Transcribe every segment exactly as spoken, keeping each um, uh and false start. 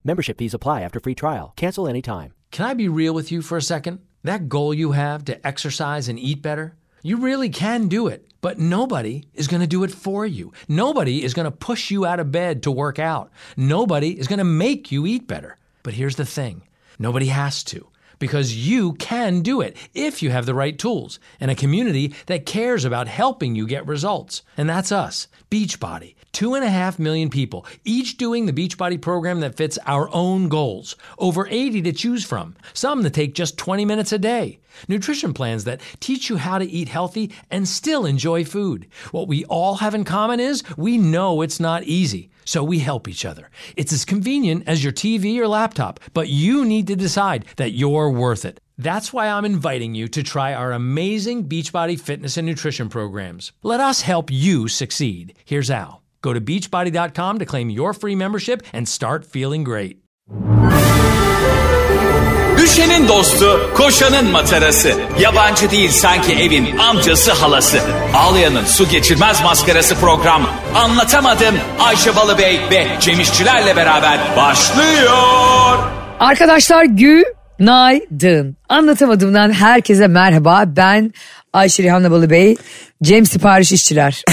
Membership fees apply after free trial. Cancel anytime. Can I be real with you for a second? That goal you have to exercise and eat better, you really can do it, but nobody is going to do it for you. Nobody is going to push you out of bed to work out. Nobody is going to make you eat better. But here's the thing. Nobody has to, because you can do it if you have the right tools and a community that cares about helping you get results. And that's us, Beachbody. Two and a half million people, each doing the Beachbody program that fits our own goals. Over eighty to choose from, some that take just twenty minutes a day. Nutrition plans that teach you how to eat healthy and still enjoy food. What we all have in common is we know it's not easy, so we help each other. It's as convenient as your T V or laptop, but you need to decide that you're worth it. That's why I'm inviting you to try our amazing Beachbody fitness and nutrition programs. Let us help you succeed. Here's how. Go to beachbody dot com to claim your free membership and start feeling great. Düşenin dostu, koşanın matarası. Yabancı değil sanki evin amcası halası. Ağlayanın su geçirmez maskarası program. Anlatamadım Ayşe Balıbey ve Cem İşçilerle beraber başlıyor. Arkadaşlar günaydın. Anlatamadığımdan herkese merhaba. Ben Ayşe Rihanna Balıbey, Cem Sipariş İşçiler.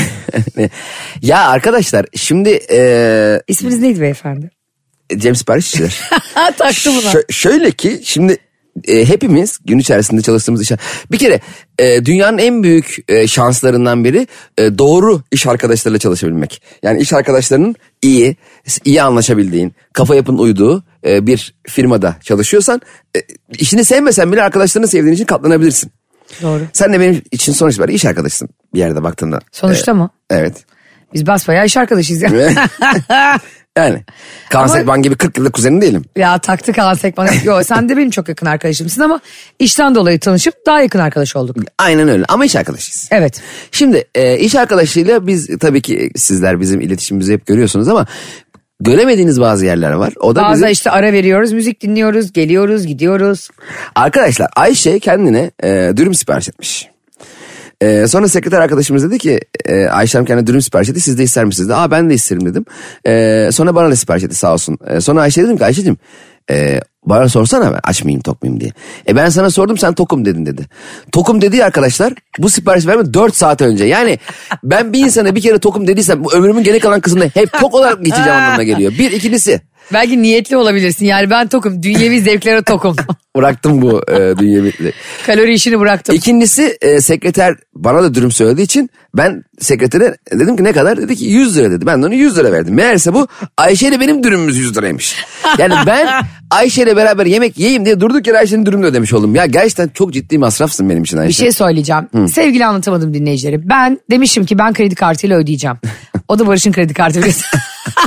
Ya arkadaşlar şimdi... E... İsminiz neydi beyefendi? Cem Sipariş İşçiler. Taktı buna. Ş- şöyle ki şimdi e, hepimiz gün içerisinde çalıştığımız iş... Bir kere e, dünyanın en büyük e, şanslarından biri e, doğru iş arkadaşlarıyla çalışabilmek. Yani iş arkadaşlarının iyi, iyi anlaşabildiğin, kafa yapın uyduğu e, bir firmada çalışıyorsan... E, işini sevmesen bile arkadaşlarını sevdiğin için katlanabilirsin. Doğru. Sen de benim için sonuç itibariyle iş arkadaşısın bir yerde baktığında. Sonuçta ee, mı? Evet. Biz basbayağı iş arkadaşıyız ya. Yani Kaan ama, Sekban gibi kırk yıllık kuzenin değilim. Ya taktı Kaan Sekban. Yo, sen de benim çok yakın arkadaşımsın ama işten dolayı tanışıp daha yakın arkadaş olduk. Aynen öyle ama iş arkadaşıyız. Evet. Şimdi e, iş arkadaşıyla biz tabii ki sizler bizim iletişimimizi hep görüyorsunuz ama... Göremediğiniz bazı yerler var. O da Bazı bizim... işte ara veriyoruz, müzik dinliyoruz, geliyoruz, gidiyoruz. Arkadaşlar Ayşe kendine e, dürüm sipariş etmiş. E, sonra sekreter arkadaşımız dedi ki e, Ayşe Hanım kendine dürüm sipariş etti, siz de ister misiniz? Aa ben de isterim dedim. E, sonra bana da sipariş etti sağ olsun. E, sonra Ayşe dedim ki Ayşe'cim e, bana sorsana ben aç mıyım tok muyum diye. E ben sana sordum sen tokum dedin dedi. Tokum dediği arkadaşlar bu sipariş verme dört saat önce. Yani ben bir insana bir kere tokum dediysem bu ömrümün geri kalan kısmında hep tok olarak geçeceğim anlamına geliyor. Bir ikincisi. Belki niyetli olabilirsin yani ben tokum dünyevi zevklere tokum. Bıraktım bu e, dünyevi. Kalori işini bıraktım. İkincisi e, sekreter bana da dürüm söylediği için ben sekretere dedim ki ne kadar? Dedi ki yüz lira dedi. Ben de ona yüz lira verdim. Meğerse bu Ayşe ile benim dürümümüz yüz liraymış. Yani ben Ayşe ile beraber yemek yiyeyim diye durduk yere Ayşe'nin dürümünü ödemiş oldum. Ya gerçekten çok ciddi masrafsın benim için Ayşe. Bir şey söyleyeceğim. Hı. Sevgili anlatamadım dinleyicileri. Ben demişim ki ben kredi kartıyla ödeyeceğim. O da Barış'ın kredi kartı biliyorsun.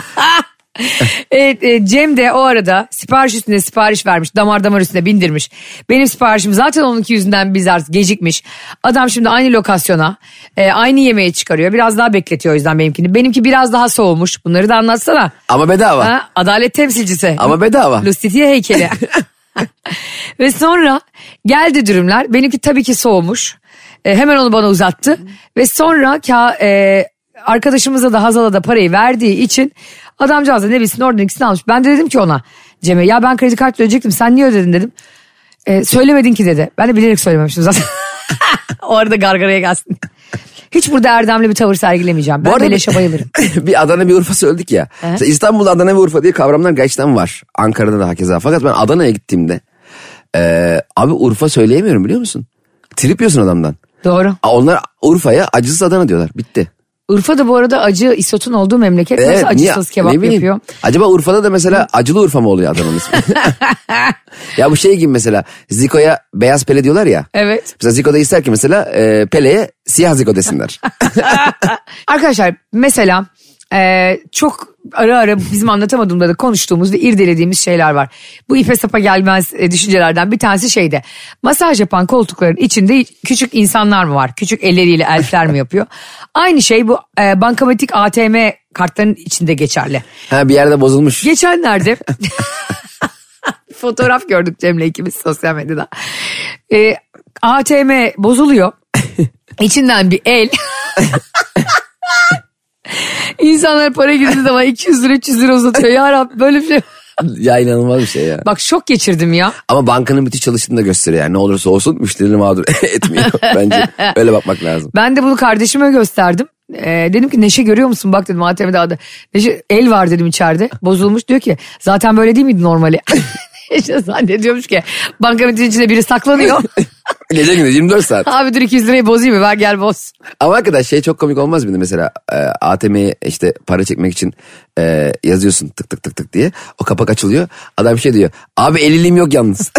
Evet, e, Cem de o arada sipariş üstüne sipariş vermiş, damar damar üstüne bindirmiş. Benim siparişim zaten onunki yüzünden biz artık gecikmiş. Adam şimdi aynı lokasyona e, aynı yemeği çıkarıyor, biraz daha bekletiyor o yüzden benimkini. Benimki biraz daha soğumuş, bunları da anlatsana. Ama bedava. Ha, adalet temsilcisi. Ama bedava. Lustitia heykeli. Ve sonra geldi dürümler, benimki tabii ki soğumuş. E, hemen onu bana uzattı ve sonra ka, e, arkadaşımıza da Hazal'a da parayı verdiği için adamcağız da ne bilsin oradan ikisini almış. Ben de dedim ki ona Cem'e ya ben kredi kartla ödeyecektim sen niye ödedin dedim. E, söylemedin ki dedi. Ben de bilerek söylememiştim zaten. O arada gargaraya gelsin. Hiç burada erdemli bir tavır sergilemeyeceğim. Ben beleşe bayılırım. Bir Adana bir Urfa söyledik ya. İstanbul'da Adana ve Urfa diye kavramlar gerçekten var. Ankara'da da hakeza. Fakat ben Adana'ya gittiğimde e, abi Urfa söyleyemiyorum biliyor musun? Trip yiyorsun adamdan. Doğru. Onlar Urfa'ya acısız Adana diyorlar. Bitti. Urfa da bu arada acı isotun olduğu memleket. Evet, nasıl acısız niye, kebap yapıyor? Acaba Urfa'da da mesela acılı Urfa mı oluyor Adana'nın ismi? Ya bu şey gibi mesela Zico'ya beyaz Pele diyorlar ya. Evet. Mesela Zico'da ister ki mesela e, Pele'ye siyah Zico desinler. Arkadaşlar mesela e, çok ara ara bizim anlatamadığımda da konuştuğumuz ve irdelediğimiz şeyler var. Bu ipe sapa gelmez e, düşüncelerden bir tanesi şeyde. Masaj yapan koltukların içinde küçük insanlar mı var? Küçük elleriyle elfler mi yapıyor? Aynı şey bu e, bankamatik A T M kartların içinde geçerli. Ha bir yerde bozulmuş. Geçenlerde fotoğraf gördük Cem'le ikimiz sosyal medyada. E, A T M bozuluyor. İçinden bir el. İnsanlar para girdiği zaman iki yüz lira üç yüz lira uzatıyor. Ya Rabbi böyle bir şey. Ya inanılmaz bir şey ya. Bak şok geçirdim ya. Ama bankanın müthiş çalıştığını da gösteriyor yani. Ne olursa olsun müşterini mağdur etmiyor. Bence öyle bakmak lazım. Ben de bunu kardeşime gösterdim. Ee, dedim ki Neşe görüyor musun? Bak dedim A T M'de adı. Neşe el var dedim içeride. Bozulmuş, diyor ki zaten böyle değil miydi normali? Neşe zannediyormuş ki bankanın içinde biri saklanıyor. Gece gündüz yirmi dört saat. Abi dur iki yüz lirayı bozayım mı? Ben gel boz. Ama arkadaş şey çok komik olmaz mıydı mesela e, A T M'ye işte para çekmek için e, yazıyorsun tık tık tık tık diye. O kapak açılıyor. Adam şey diyor. Abi eliliğim yok yalnız.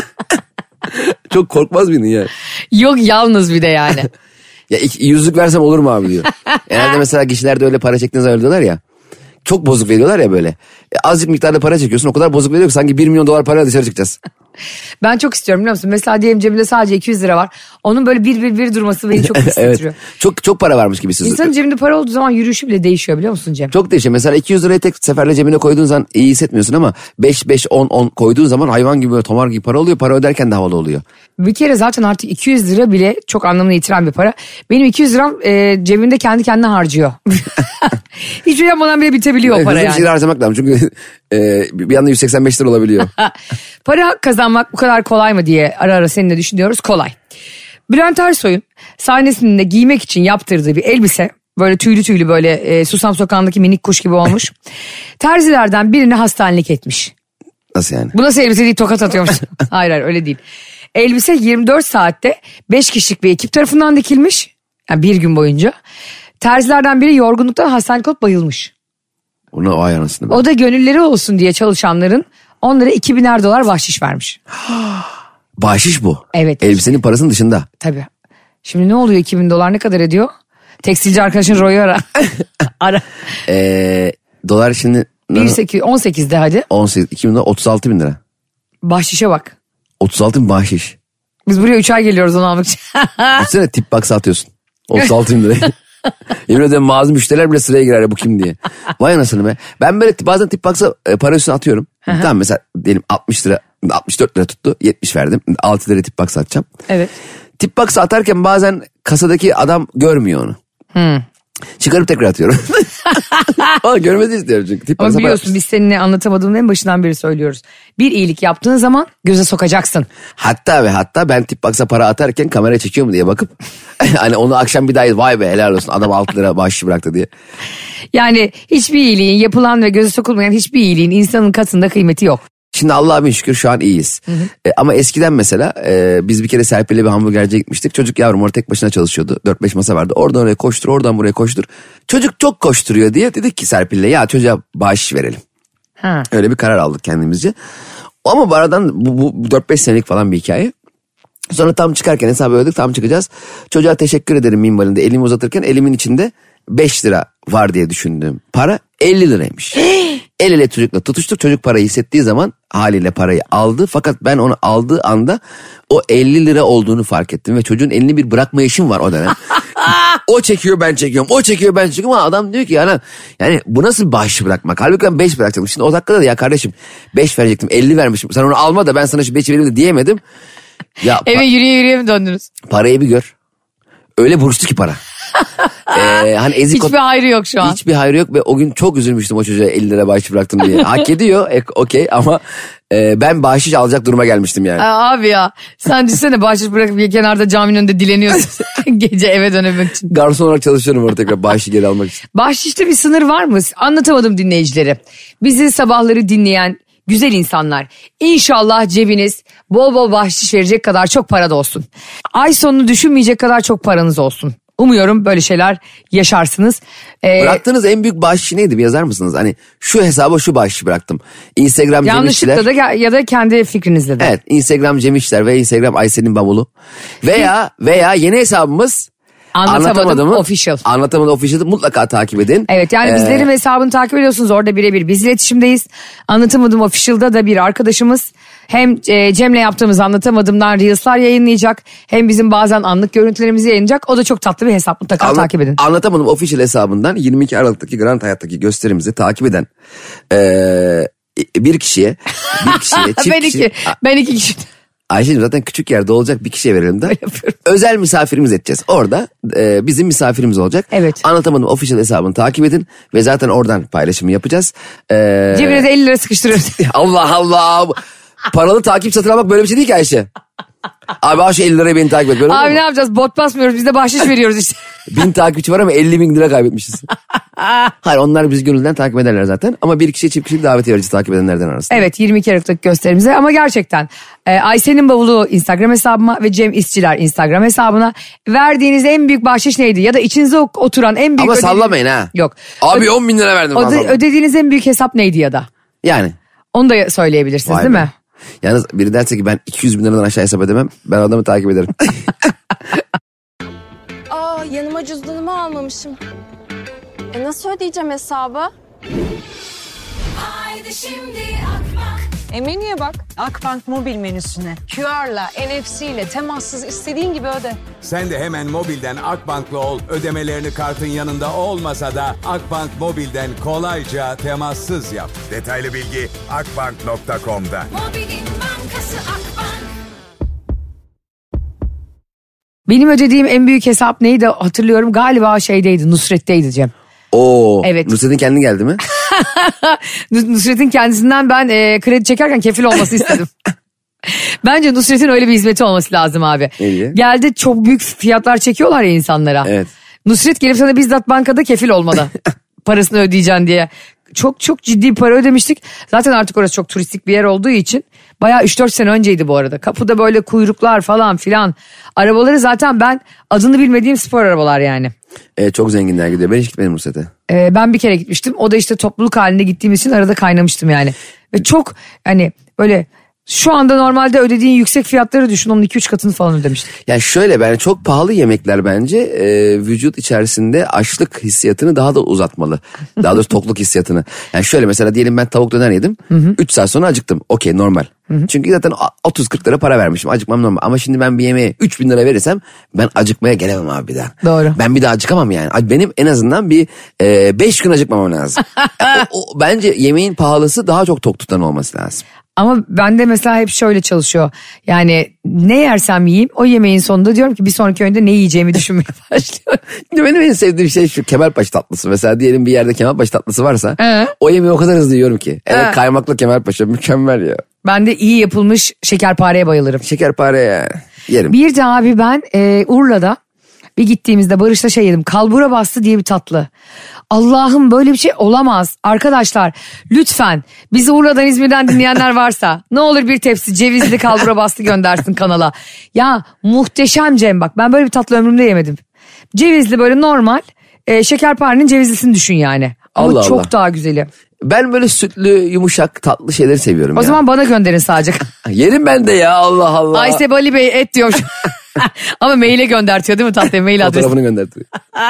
Çok korkmaz mıydın ya? Yok yalnız bir de yani. Ya iki, yüzlük versem olur mu abi diyor. Genelde mesela kişilerde öyle para çektiğiniz zaman diyorlar ya. Çok bozuk veriyorlar ya böyle. E, azıcık miktarda para çekiyorsun, o kadar bozuk veriyor ki sanki bir milyon dolar parayla dışarı çıkacağız. Ben çok istiyorum biliyor musun? Mesela diyelim cebimde sadece iki yüz lira var. Onun böyle bir bir bir durması beni çok hissettiriyor. Evet. Çok çok para varmış gibi. İnsanın cebinde para olduğu zaman yürüyüşü bile değişiyor biliyor musun Cem? Çok değişiyor. Mesela iki yüz lirayı tek seferle cebine koyduğun zaman iyi hissetmiyorsun ama beş beş on on koyduğun zaman hayvan gibi böyle tomar gibi para oluyor. Para öderken de havalı oluyor. Bir kere zaten artık iki yüz lira bile çok anlamını yitiren bir para. Benim iki yüz liram e, cebimde kendi kendine harcıyor. Hiçbir şey yapmadan bile bitebiliyor o para yani. yani. Bir şey harcamak lazım çünkü e, bir anda yüz seksen beş lira olabiliyor. Para kazanmak bu kadar kolay mı diye ara ara seninle düşünüyoruz. Kolay. Bülent Ersoy'un sahnesinde giymek için yaptırdığı bir elbise, böyle tüylü tüylü böyle e, Susam Sokağı'ndaki minik kuş gibi olmuş. Terzilerden birini hastanelik etmiş. Nasıl yani? Bu nasıl elbise değil, tokat atıyormuş. Hayır hayır öyle değil. Elbise yirmi dört saatte beş kişilik bir ekip tarafından dikilmiş. Yani bir gün boyunca. Terzilerden biri yorgunluktan hastanelik olup bayılmış. Ona vay anasını be. O da gönülleri olsun diye çalışanların onlara iki biner dolar bahşiş vermiş. Bahşiş bu. Evet. Elbisenin parasının dışında. Tabii. Şimdi ne oluyor, iki bin dolar ne kadar ediyor? Tekstilci arkadaşın Roy'u ara. Ara. Ee, dolar şimdi... on sekizde hadi. on sekiz, iki bin dolar otuz altı bin lira. Bahşişe bak. otuz altı bin bahşiş. Biz buraya üç ay geliyoruz onu almak için. Düşünsene tip box'a atıyorsun. otuz altı bin lirayı. Yemin ederim mağaza müşteriler bile sıraya girer ya bu kim diye. Vay anasını be. Ben böyle bazen tip box'a e, para üstüne atıyorum. Tamam mesela diyelim altmış lira, altmış dört lira tuttu. yetmiş verdim. altı lira tip box'a atacağım. Evet. Tip box'a atarken bazen kasadaki adam görmüyor onu. Hmm. Çıkarıp tekrar atıyorum. Ama görmesi istiyorum çünkü. Tip Ama box'a biliyorsun para... biz seninle anlatamadığımın en başından beri söylüyoruz. Bir iyilik yaptığın zaman göze sokacaksın. Hatta ve hatta ben tip box'a para atarken kamera çekiyor mu diye bakıp hani onu akşam bir daha vay be helal olsun adam altı lira bahşiş bıraktı diye. Yani hiçbir iyiliğin, yapılan ve göze sokulmayan hiçbir iyiliğin insanın katında kıymeti yok. Şimdi Allah'a bin şükür şu an iyiyiz. Hı hı. E, ama eskiden mesela e, biz bir kere Serpil'le bir hamburgerciye gitmiştik. Çocuk yavrum orada tek başına çalışıyordu. dört beş masa vardı. Oradan oraya koştur, oradan buraya koştur. Çocuk çok koşturuyor diye dedik ki Serpil'le ya çocuğa bahşiş verelim. Ha. Öyle bir karar aldık kendimizce. Ama bu aradan bu, bu dört beş senelik falan bir hikaye. Sonra tam çıkarken hesabı ödedik, tam çıkacağız. Çocuğa teşekkür ederim minvalinde elimi uzatırken elimin içinde beş lira var diye düşündüğüm para elli liraymış. El ele çocukla tutuştuk, çocuk parayı hissettiği zaman haliyle parayı aldı. Fakat ben onu aldığı anda o elli lira olduğunu fark ettim ve çocuğun elini bir bırakmayışım var o dönem. O çekiyor ben çekiyorum, o çekiyor ben çekiyorum ama adam diyor ki yani, yani bu nasıl bahşiş bırakmak? Halbuki ben beş bırakacaktım. Şimdi o dakikada da ya kardeşim beş verecektim, elli vermişim. Sen onu alma da ben sana şu beşi vereyim de diyemedim. Ya, eve yürüye yürüye mi döndünüz? Parayı bir gör. Öyle buruştu ki para. ee, hani ezik hiçbir hayrı yok şu an. Hiçbir hayrı yok ve o gün çok üzülmüştüm o çocuğa elli lira bahşiş bıraktım diye. Hak ediyor e, okey ama e, ben bahşiş alacak duruma gelmiştim yani. Aa, abi ya sen düşünsene bahşiş bırakıp bir kenarda caminin önünde dileniyorsun gece eve dönemek için. Garson olarak çalışıyorum orada tekrar bahşişi geri almak için. Bahşişte bir sınır var mı? Anlatamadım dinleyicileri. Bizi sabahları dinleyen güzel insanlar. İnşallah cebiniz bol bol bahşiş verecek kadar çok para da olsun. Ay sonunu düşünmeyecek kadar çok paranız olsun. Umuyorum böyle şeyler yaşarsınız. Ee, Bıraktığınız en büyük bahşiş neydi bir yazar mısınız? Hani şu hesaba şu bahşişi bıraktım. Instagram yanlışlıkla Cem İşçiler. da ya da kendi fikrinizle de. Evet, Instagram Cem İşçiler ve Instagram Aysel'in bavulu. Veya veya yeni hesabımız Anlatamadım Official. Anlatamadım Official'ı mutlaka takip edin. Evet yani ee, bizlerin hesabını takip ediyorsunuz. Orada birebir biz iletişimdeyiz. Anlatamadım Official'da da bir arkadaşımız hem e, Cem'le yaptığımız Anlatamadım'dan Reels'lar yayınlayacak. Hem bizim bazen anlık görüntülerimizi yayınlayacak. O da çok tatlı bir hesap, mutlaka Anla, takip edin. Anlatamadım Official hesabından yirmi iki Aralık'taki Grand Hayat'taki gösterimizi takip eden ee, bir kişiye bir kişiye çift ben kişi, iki ben iki kişi Ayşe'cim zaten küçük yerde olacak bir kişiye verelim de özel misafirimiz edeceğiz. Orada e, bizim misafirimiz olacak. Evet. Anlatamadım official hesabını takip edin ve zaten oradan paylaşımı yapacağız. E, Cebine de elli lira sıkıştırırız. Allah Allah. Paralı takip satın almak böyle bir şey değil ki Ayşe. Abi al şu elli lirayı beni takip et. Böyle Abi ne yapacağız? Bot basmıyoruz. Biz de bahşiş veriyoruz işte. Bin takipçi var ama elli bin lira kaybetmişiz. Hayır onlar biz gönülden takip ederler zaten. Ama bir kişiye çift kişilik davetiye vereceğiz takip edenlerden arasında. Evet yirmi iki Aralık'taki gösterimize ama gerçekten e, Ayşe'nin bavulu Instagram hesabıma ve Cem İşçiler Instagram hesabına verdiğiniz en büyük bahşiş neydi? Ya da içinize oturan en büyük Ama ödediğiniz... sallamayın ha. Yok. Abi Öde... on bin lira verdim. Öde... Ödediğiniz en büyük hesap neydi ya da? Yani. Onu da söyleyebilirsiniz. Vay değil be. mi? Yalnız biri derse ki ben iki yüz bin liradan aşağı hesap edemem. Ben adamı takip ederim. Aa, yanıma cüzdanımı almamışım. E nasıl ödeyeceğim hesabı? Haydi şimdi Akbank. E menüye bak. Akbank mobil menüsüne Q R'la, N F C ile temassız istediğin gibi öde. Sen de hemen mobilden Akbank'la ol. Ödemelerini kartın yanında olmasa da Akbank mobilden kolayca temassız yap. Detaylı bilgi akbank nokta com'da. Mobilin bankası Akbank. Benim ödediğim en büyük hesap neydi hatırlıyorum. Galiba şeydeydi, Nusret'teydi Cem. Oo. Evet. Nusret'in kendi geldi mi? Nusret'in kendisinden ben e, kredi çekerken kefil olması istedim. Bence Nusret'in öyle bir hizmeti olması lazım abi. İyi. Geldi çok büyük fiyatlar çekiyorlar ya insanlara. Evet. Nusret gelip sana bizzat bankada kefil olmalı. Parasını ödeyeceksin diye. Çok çok ciddi bir para ödemiştik. Zaten artık orası çok turistik bir yer olduğu için. Bayağı üç dört sene önceydi bu arada. Kapıda böyle kuyruklar falan filan. Arabaları zaten ben adını bilmediğim spor arabalar yani. Ee, çok zenginler gidiyor. Ben hiç gitmedim Nusret'e. Ee, ben bir kere gitmiştim. O da işte topluluk halinde gittiğim için arada kaynamıştım yani. Ve çok hani böyle şu anda normalde ödediğin yüksek fiyatları düşün. Onun iki üç katını falan ödemiştim. Yani şöyle ben çok pahalı yemekler bence e, vücut içerisinde açlık hissiyatını daha da uzatmalı. Daha doğrusu tokluk hissiyatını. Yani şöyle mesela diyelim ben tavuk döner yedim. üç saat sonra acıktım. Okey normal. Hı hı. Çünkü zaten otuz kırk lira para vermişim. Acıkmam normal. Ama şimdi ben bir yemeğe üç bin lira verirsem ben acıkmaya gelemem abi bir daha. Doğru. Ben bir daha acıkamam yani. Benim en azından bir e, beş gün acıkmamam lazım. Yani o, o, bence yemeğin pahalısı daha çok tok tutan olması lazım. Ama bende mesela hep şöyle çalışıyor. Yani ne yersem yiyeyim o yemeğin sonunda diyorum ki bir sonraki öğünde ne yiyeceğimi düşünmeye başlıyorum. Benim en sevdiğim şey şu Kemalpaşa tatlısı. Mesela diyelim bir yerde Kemalpaşa tatlısı varsa Ee? o yemeği o kadar hızlı yiyorum ki. Evet Ee? kaymaklı Kemalpaşa mükemmel ya. Ben de iyi yapılmış şekerpareye bayılırım. Şekerpare ya yerim. Bir de abi ben e, Urla'da bir gittiğimizde Barış'ta şey yedim. Kalbura bastı diye bir tatlı. Allah'ım böyle bir şey olamaz. Arkadaşlar lütfen bizi Urla'dan İzmir'den dinleyenler varsa ne olur bir tepsi cevizli kalbura bastı göndersin kanala. Ya muhteşem Cem bak ben böyle bir tatlı ömrümde yemedim. Cevizli böyle normal e, şekerparenin cevizlisini düşün yani. Ama Allah çok Allah. daha güzeli. Ben böyle sütlü yumuşak tatlı şeyleri seviyorum O ya. zaman bana gönderin sadece. Yerim ben de ya Allah Allah. Aysel Ali Bey et diyor. Ama maile göndertiyor değil mi tatlıyı mail adresi. Fotoğrafını göndertiyor.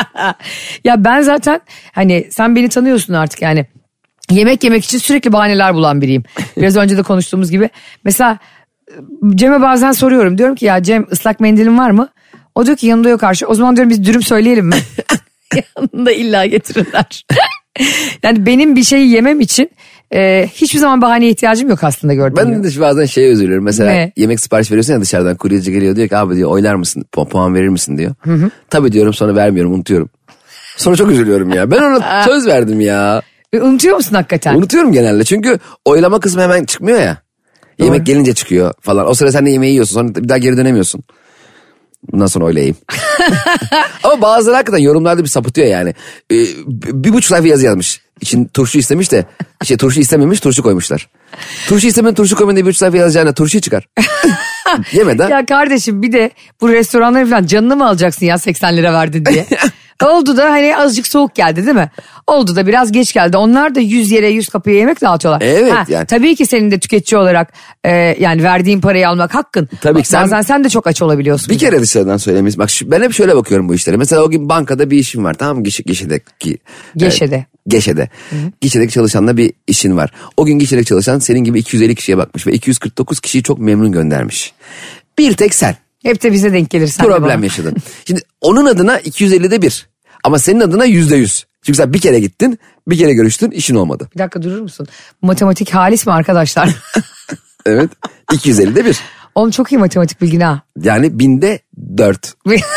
Ya ben zaten hani sen beni tanıyorsun artık yani. Yemek yemek için sürekli bahaneler bulan biriyim. Biraz önce de konuştuğumuz gibi. Mesela Cem'e bazen soruyorum. Diyorum ki ya Cem ıslak mendilin var mı? O diyor ki yanında yok karşı. O zaman diyorum biz dürüm söyleyelim mi? Yanında illa getirirler. Yani benim bir şeyi yemem için e, hiçbir zaman bahaneye ihtiyacım yok aslında gördüğüm Ben gibi. de bazen şeye üzülüyorum. Mesela Ne? yemek sipariş veriyorsun ya dışarıdan kuryeci geliyor diyor ki abi diyor oylar mısın pu- puan verir misin diyor. Hı hı. Tabii diyorum sonra vermiyorum unutuyorum. Sonra çok üzülüyorum ya. Ben ona söz verdim ya. E, unutuyor musun hakikaten? Unutuyorum genelde çünkü oylama kısmı hemen çıkmıyor ya. Yemek gelince çıkıyor falan. O sırada sen de yemeği yiyorsun sonra bir daha geri dönemiyorsun. Bundan sonra oylayayım. Ama bazıları hakikaten yorumlarda bir sapıtıyor yani. Ee, bir buçuk sayfa yazı yazmış. İçin turşu istemiş de şey turşu istememiş turşu koymuşlar. Turşu istemeyen turşu koymayın diye bir buçuk sayfa yazacağına turşu çıkar. Yemeden. Ya kardeşim bir de bu restoranları falan canını mı alacaksın ya seksen lira verdin diye. Oldu da hani azıcık soğuk geldi değil mi? Oldu da biraz geç geldi. Onlar da yüz yere yüz kapıya yemek dağıtıyorlar. Evet ha, yani. Tabii ki senin de tüketici olarak e, yani verdiğin parayı almak hakkın. Tabii ki sen- Bazen sen de çok aç olabiliyorsun. Bir kere dışarıdan söylemeyiz. Bak şu, ben hep şöyle bakıyorum bu işlere. Mesela o gün bankada bir işim var tamam mı? Gişe, gişedeki. Geşede. Evet, Geşede. Gişedeki çalışanla bir işin var. O gün gişedeki çalışan senin gibi iki yüz elli kişiye bakmış ve iki yüz kırk dokuz kişiyi çok memnun göndermiş. Bir tek sen Hep de bize denk gelir. Sen de problem bana. yaşadın. Şimdi onun adına iki yüz ellide bir. Ama senin adına yüzde yüz. Çünkü sen bir kere gittin, bir kere görüştün, işin olmadı. Bir dakika durur musun? Bu matematik halis mi arkadaşlar? Evet. iki yüz ellide bir. Oğlum çok iyi matematik bilgin ha. Yani binde dört.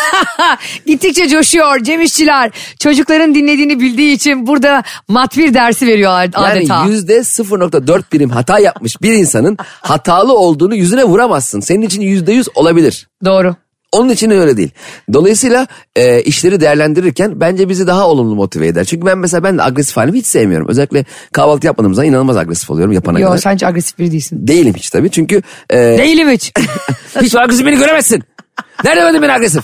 Gittikçe coşuyor Cem İşçiler. Çocukların dinlediğini bildiği için burada mat bir dersi veriyorlar adeta. Yani yüzde sıfır nokta dört birim hata yapmış bir insanın hatalı olduğunu yüzüne vuramazsın. Senin için yüzde yüz olabilir. Doğru. Onun için öyle değil. Dolayısıyla e, işleri değerlendirirken bence bizi daha olumlu motive eder. Çünkü ben mesela ben de agresif halimi hiç sevmiyorum. Özellikle kahvaltı yapmadığım zaman inanılmaz agresif oluyorum yapana Yo, kadar. sen hiç agresif biri değilsin. Değilim hiç tabii çünkü... E, Değilim hiç. hiç agresif beni göremezsin. Nerede gördün beni agresif?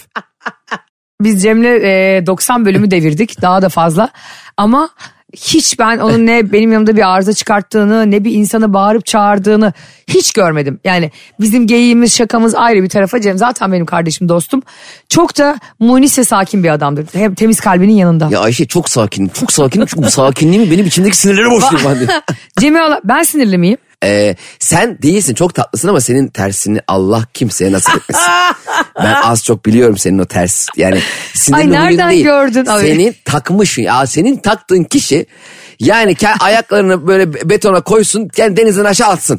Biz Cem'le e, doksan bölümü devirdik, daha da fazla. Ama hiç ben onun ne benim yanımda bir arıza çıkarttığını, ne bir insana bağırıp çağırdığını hiç görmedim. Yani bizim geyiğimiz, şakamız ayrı bir tarafa. Cem zaten benim kardeşim, dostum. Çok da munis ve sakin bir adamdır. Hem temiz kalbinin yanında. Ya Ayşe çok sakinim, çok sakinim. Çünkü bu sakinliğimi benim içimdeki sinirleri boşluyorum ben de. Cem'i Allah, ben sinirli miyim? Ee, sen değilsin, çok tatlısın ama senin tersini Allah kimseye nasip etmesin. Ben az çok biliyorum senin o ters. Yani sinirli Ay, huyun nereden değil. gördün abi? Senin takmış ya, senin taktığın kişi yani ayaklarını böyle betona koysun, kendi denizden aşağı atsın.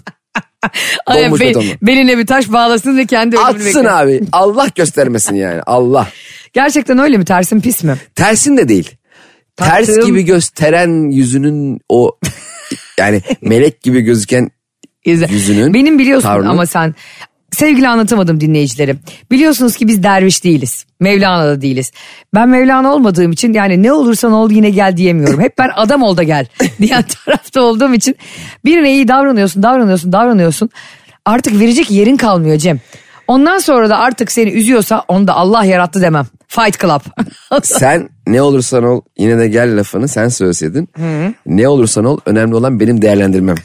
Ay, Dolmuş be, betonu. beline bir taş bağlasın ve kendi ölümünü Atsın bekler. abi. Allah göstermesin yani. Allah. Gerçekten öyle mi? Tersin pis mi? Tersin de değil. Taktığım... Ters gibi gösteren yüzünün o yani melek gibi gözüken yüzünün. Benim biliyorsun tavrını... ama sen sevgili anlatamadım dinleyicilerim. Biliyorsunuz ki biz derviş değiliz. Mevlana da değiliz. Ben Mevlana olmadığım için yani ne olursan ol yine gel diyemiyorum. Hep ben adam ol da gel diyen tarafta olduğum için birine iyi davranıyorsun, davranıyorsun, davranıyorsun. Artık verecek yerin kalmıyor Cem. Ondan sonra da artık seni üzüyorsa onu da Allah yarattı demem. Fight Club. Sen ne olursan ol yine de gel lafını sen söyleseydin. Hı. Ne olursan ol önemli olan benim değerlendirmem.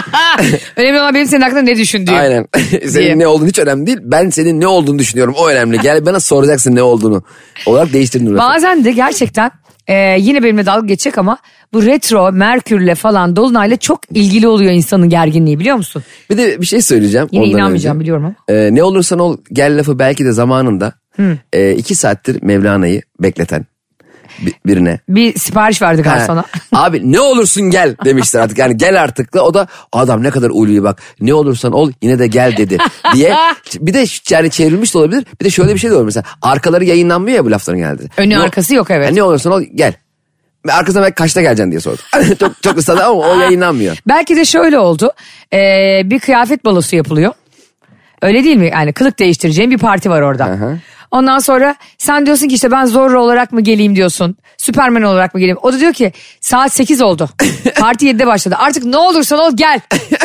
Önemli olan benim senin hakkında ne düşündüğüm. Aynen. Senin ne olduğun hiç önemli değil. Ben senin ne olduğunu düşünüyorum, o önemli. Gel bana soracaksın ne olduğunu. Olarak değiştirdin. Bazen de gerçekten e, yine benimle dalga geçecek ama bu retro, Merkür'le falan Dolunay'la çok ilgili oluyor insanın gerginliği, biliyor musun? Bir de bir şey söyleyeceğim. Yine inanmayacağım önce. Biliyorum ama. Ee, ne olursan ol gel lafı belki de zamanında e, iki saattir Mevlana'yı bekleten birine. Bir sipariş verdik ha, sana. Abi ne olursun gel demişler artık. Yani gel artık da o da adam ne kadar ulvi bak. Ne olursan ol yine de gel dedi diye. Bir de yani çevrilmiş de olabilir. Bir de şöyle bir şey de olur mesela. Arkaları yayınlanmıyor ya bu lafların geldi. Önü ne, arkası yok evet. Yani ne olursan ol gel. Arkasına belki kaçta geleceksin diye sordum. çok çok ısladı ama o yayınlanmıyor. Belki de şöyle oldu. Ee, bir kıyafet balosu yapılıyor. Öyle değil mi? Yani kılık değiştireceğin bir parti var orada. Aha. Ondan sonra sen diyorsun ki işte ben Zorro olarak mı geleyim diyorsun. Süperman olarak mı geleyim? O da diyor ki saat sekiz oldu. Parti yedide başladı. Artık ne olursan ol gel.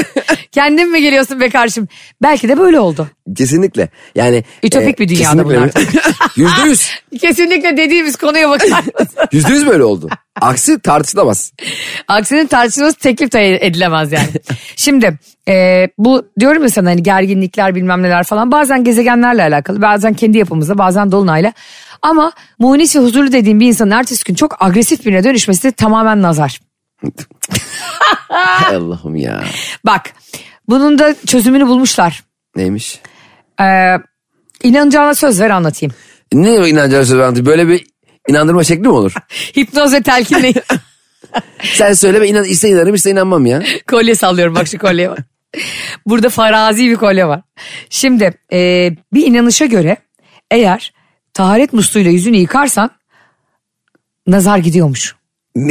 Kendin mi geliyorsun be kardeşim? Belki de böyle oldu. Kesinlikle. Yani ütopik e, bir dünyada bunlar. Yüzde yüz. Kesinlikle dediğimiz konuya bakar mısın? Yüzde yüz böyle oldu. Aksi tartışılamaz. Aksinin tartışılması teklif de edilemez yani. Şimdi e, bu diyorum ya sana hani gerginlikler bilmem neler falan bazen gezegenlerle alakalı, bazen kendi yapımızla, bazen Dolunay'la. Ama munis ve huzurlu dediğim bir insanın ertesi gün çok agresif birine dönüşmesi de tamamen nazar. Allah'ım ya. Bak bunun da çözümünü bulmuşlar. Neymiş? Ee, inanacağına söz ver anlatayım. Ne inanacağına söz ver anlatayım? Böyle bir inandırma şekli mi olur? Hipnoz ve telkinle. Sen söyle ben inan, iste inanırım iste inanmam ya. Kolye sallıyorum bak şu kolyeye bak. Burada farazi bir kolye var. Şimdi e, bir inanışa göre eğer taharet musluğuyla yüzünü yıkarsan nazar gidiyormuş. Ne?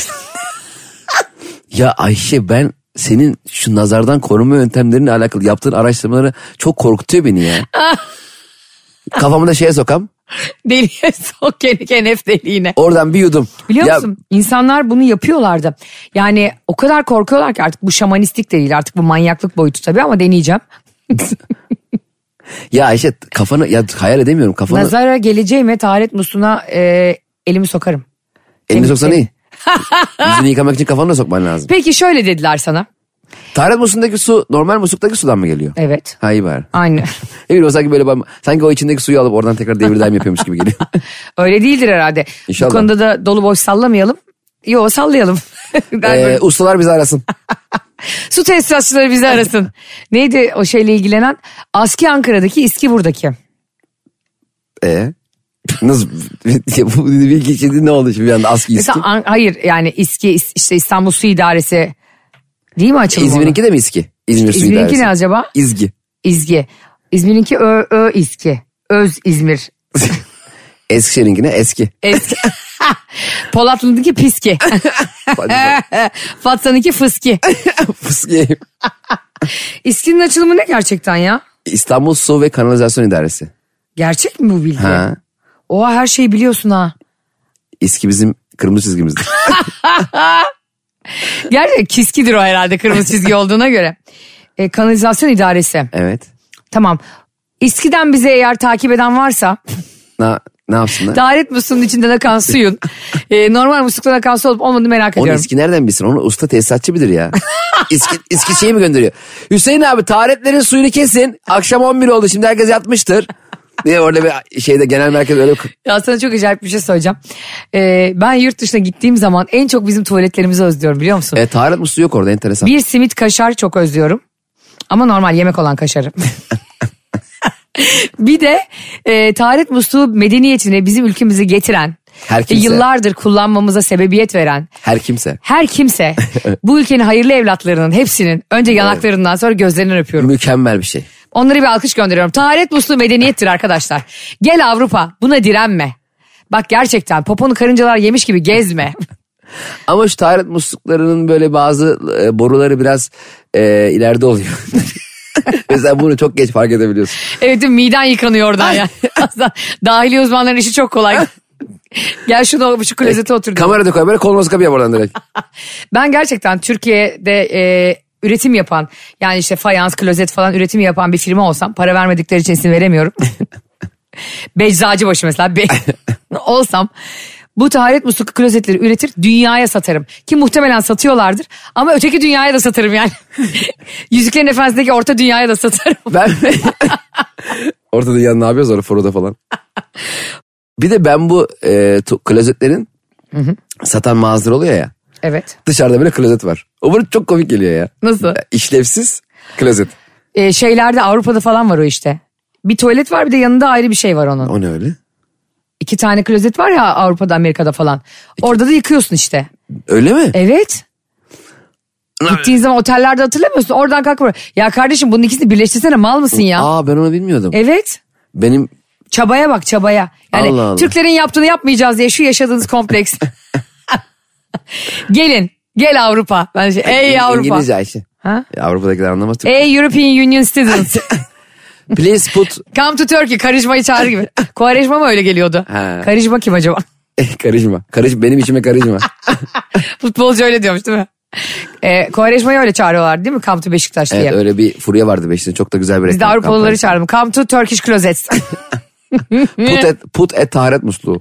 Ya Ayşe ben senin şu nazardan korunma yöntemlerinle alakalı yaptığın araştırmaları çok korkutuyor beni ya. Kafamı da şeye sokam. Deliye sok kenef deliğine. Oradan bir yudum. Biliyor ya, musun? İnsanlar bunu yapıyorlardı. Yani o kadar korkuyorlar ki artık bu şamanistik de değil, artık bu manyaklık boyutu tabii ama deneyeceğim. Ya Ayşe kafanı ya hayal edemiyorum kafanı. Nazara geleceğime taharet musluğuna e, elimi sokarım. Elini soksan iyi. Yüzünü yıkamak için kafanı da sokman lazım. Peki şöyle dediler sana. Taharet musluğundaki su normal musluktaki sudan mı geliyor? Evet. Ha iyi bari. Aynen. Ne bileyim sanki böyle sanki o içindeki suyu alıp oradan tekrar devir daim yapıyormuş gibi geliyor. Öyle değildir herhalde. İnşallah. Bu konuda da dolu boş sallamayalım. Yo sallayalım. ee, ustalar bizi arasın. Su tesisatçıları bizi arasın. Neydi o şeyle ilgilenen? Aski Ankara'daki, İSKİ buradaki. Eee? Nasıl? Bu bilgi içinde ne oldu şimdi bir anda Aski İSKİ? Mesela, hayır yani İSKİ işte İstanbul Su İdaresi değil mi açılımı? İzmir'inki de mi İSKİ? İzmir Su İzmir'inki İdaresi. ne acaba? İzgi. İzgi. İzmir'inki ö, ö İSKİ. Öz İzmir. Eskişehir'inkine eski. Eski. Polatlı'nınki piski. Fatsa'nınki fıski. Fıskiyeyim. İSKİ'nin açılımı ne gerçekten ya? İstanbul Su ve Kanalizasyon İdaresi. Gerçek mi bu bilgi? Ha. Oha her şeyi biliyorsun ha. İSKİ bizim kırmızı çizgimizdir. Gerçekten kiskidir o herhalde kırmızı çizgi olduğuna göre. E, kanalizasyon idaresi. Evet. Tamam. İSKİ'den bize eğer takip eden varsa... Ne, ne yapsınlar? Taharet musluğunun içinden akan suyun e, normal musluktan akan su olup olmadığını merak Onu ediyorum. İSKİ nereden bilsin? Onu usta tesisatçı bilir ya. İSKİ, İSKİ şeyi mi gönderiyor? Hüseyin abi taharetlerin suyunu kesin. Akşam on bir oldu şimdi herkes yatmıştır. Diye orada bir şeyde genel merkez öyle... Ya sana çok acayip bir şey söyleyeceğim. Ee, ben yurt dışına gittiğim zaman en çok bizim tuvaletlerimizi özlüyorum biliyor musun? E, taharet musluğu yok orada enteresan. Bir simit kaşar çok özlüyorum. Ama normal yemek olan kaşarı. Bir de e, taharet musluğu medeniyetini bizim ülkemize getiren... Her ve kimse. yıllardır kullanmamıza sebebiyet veren... Her kimse. Her kimse bu ülkenin hayırlı evlatlarının hepsinin önce yanaklarından sonra gözlerinden öpüyorum. Mükemmel bir şey. Onlara bir alkış gönderiyorum. Taharet musluğu medeniyettir arkadaşlar. Gel Avrupa buna direnme. Bak gerçekten poponu karıncalar yemiş gibi gezme. Ama şu taharet musluklarının böyle bazı e, boruları biraz e, ileride oluyor. Mesela bunu çok geç fark edebiliyorsun. Evet değil mi? Miden yıkanıyor oradan ya. Aslında dahiliye uzmanların işi çok kolay. Gel şunu şu klozete otur. Kamera da koy böyle kolonoskopi yap oradan direkt. Ben gerçekten Türkiye'de e, üretim yapan yani işte fayans, klozet falan üretimi yapan bir firma olsam para vermedikleri için isim veremiyorum. Beczacıbaşı mesela be, olsam bu taharet musluk klozetleri üretir dünyaya satarım. Ki muhtemelen satıyorlardır ama öteki dünyaya da satarım yani. Yüzüklerin Efendisi'ndeki orta dünyaya da satarım. Ben orta dünya ne yapıyoruz orada Foro'da falan. Bir de ben bu e, tu, klozetlerin hı hı. satan mağazalar oluyor ya. Evet. Dışarıda böyle klozet var. O bana çok komik geliyor ya. Nasıl? İşlevsiz klozet. Ee, şeylerde Avrupa'da falan var o işte. Bir tuvalet var bir de yanında ayrı bir şey var onun. O ne öyle? İki tane klozet var ya Avrupa'da Amerika'da falan. İki... Orada da yıkıyorsun işte. Öyle mi? Evet. Gittiğin zaman otellerde hatırlamıyorsun. Oradan kalkıp ya kardeşim bunun ikisini birleştirsene mal mısın ya? Aa ben onu bilmiyordum. Evet. Benim... Çabaya bak çabaya. Yani Allah Allah. Türklerin yaptığını yapmayacağız diye şu yaşadığınız kompleks. Gelin. Gel Avrupa. Ben şey, ey Avrupa. İngilizce Ayşe. Ha? Avrupa'dakiler anlamaz. Ey European Union citizens. Please put. Come to Turkey. Karizmayı çağır gibi. Karizma mı öyle geliyordu? Ha. Karizma kim acaba? Karışma. Karış, benim içime karışma. Futbolcu öyle diyormuş değil mi? E, Kovarejma'yı öyle çağırıyorlar değil mi? Come to Beşiktaş diye. Evet öyle bir furya vardı Beşiktaş'ta. Çok da güzel bir reklam. Biz de Avrupalıları çağırdım. Come to Turkish Closets. put et, put et taharet musluğu.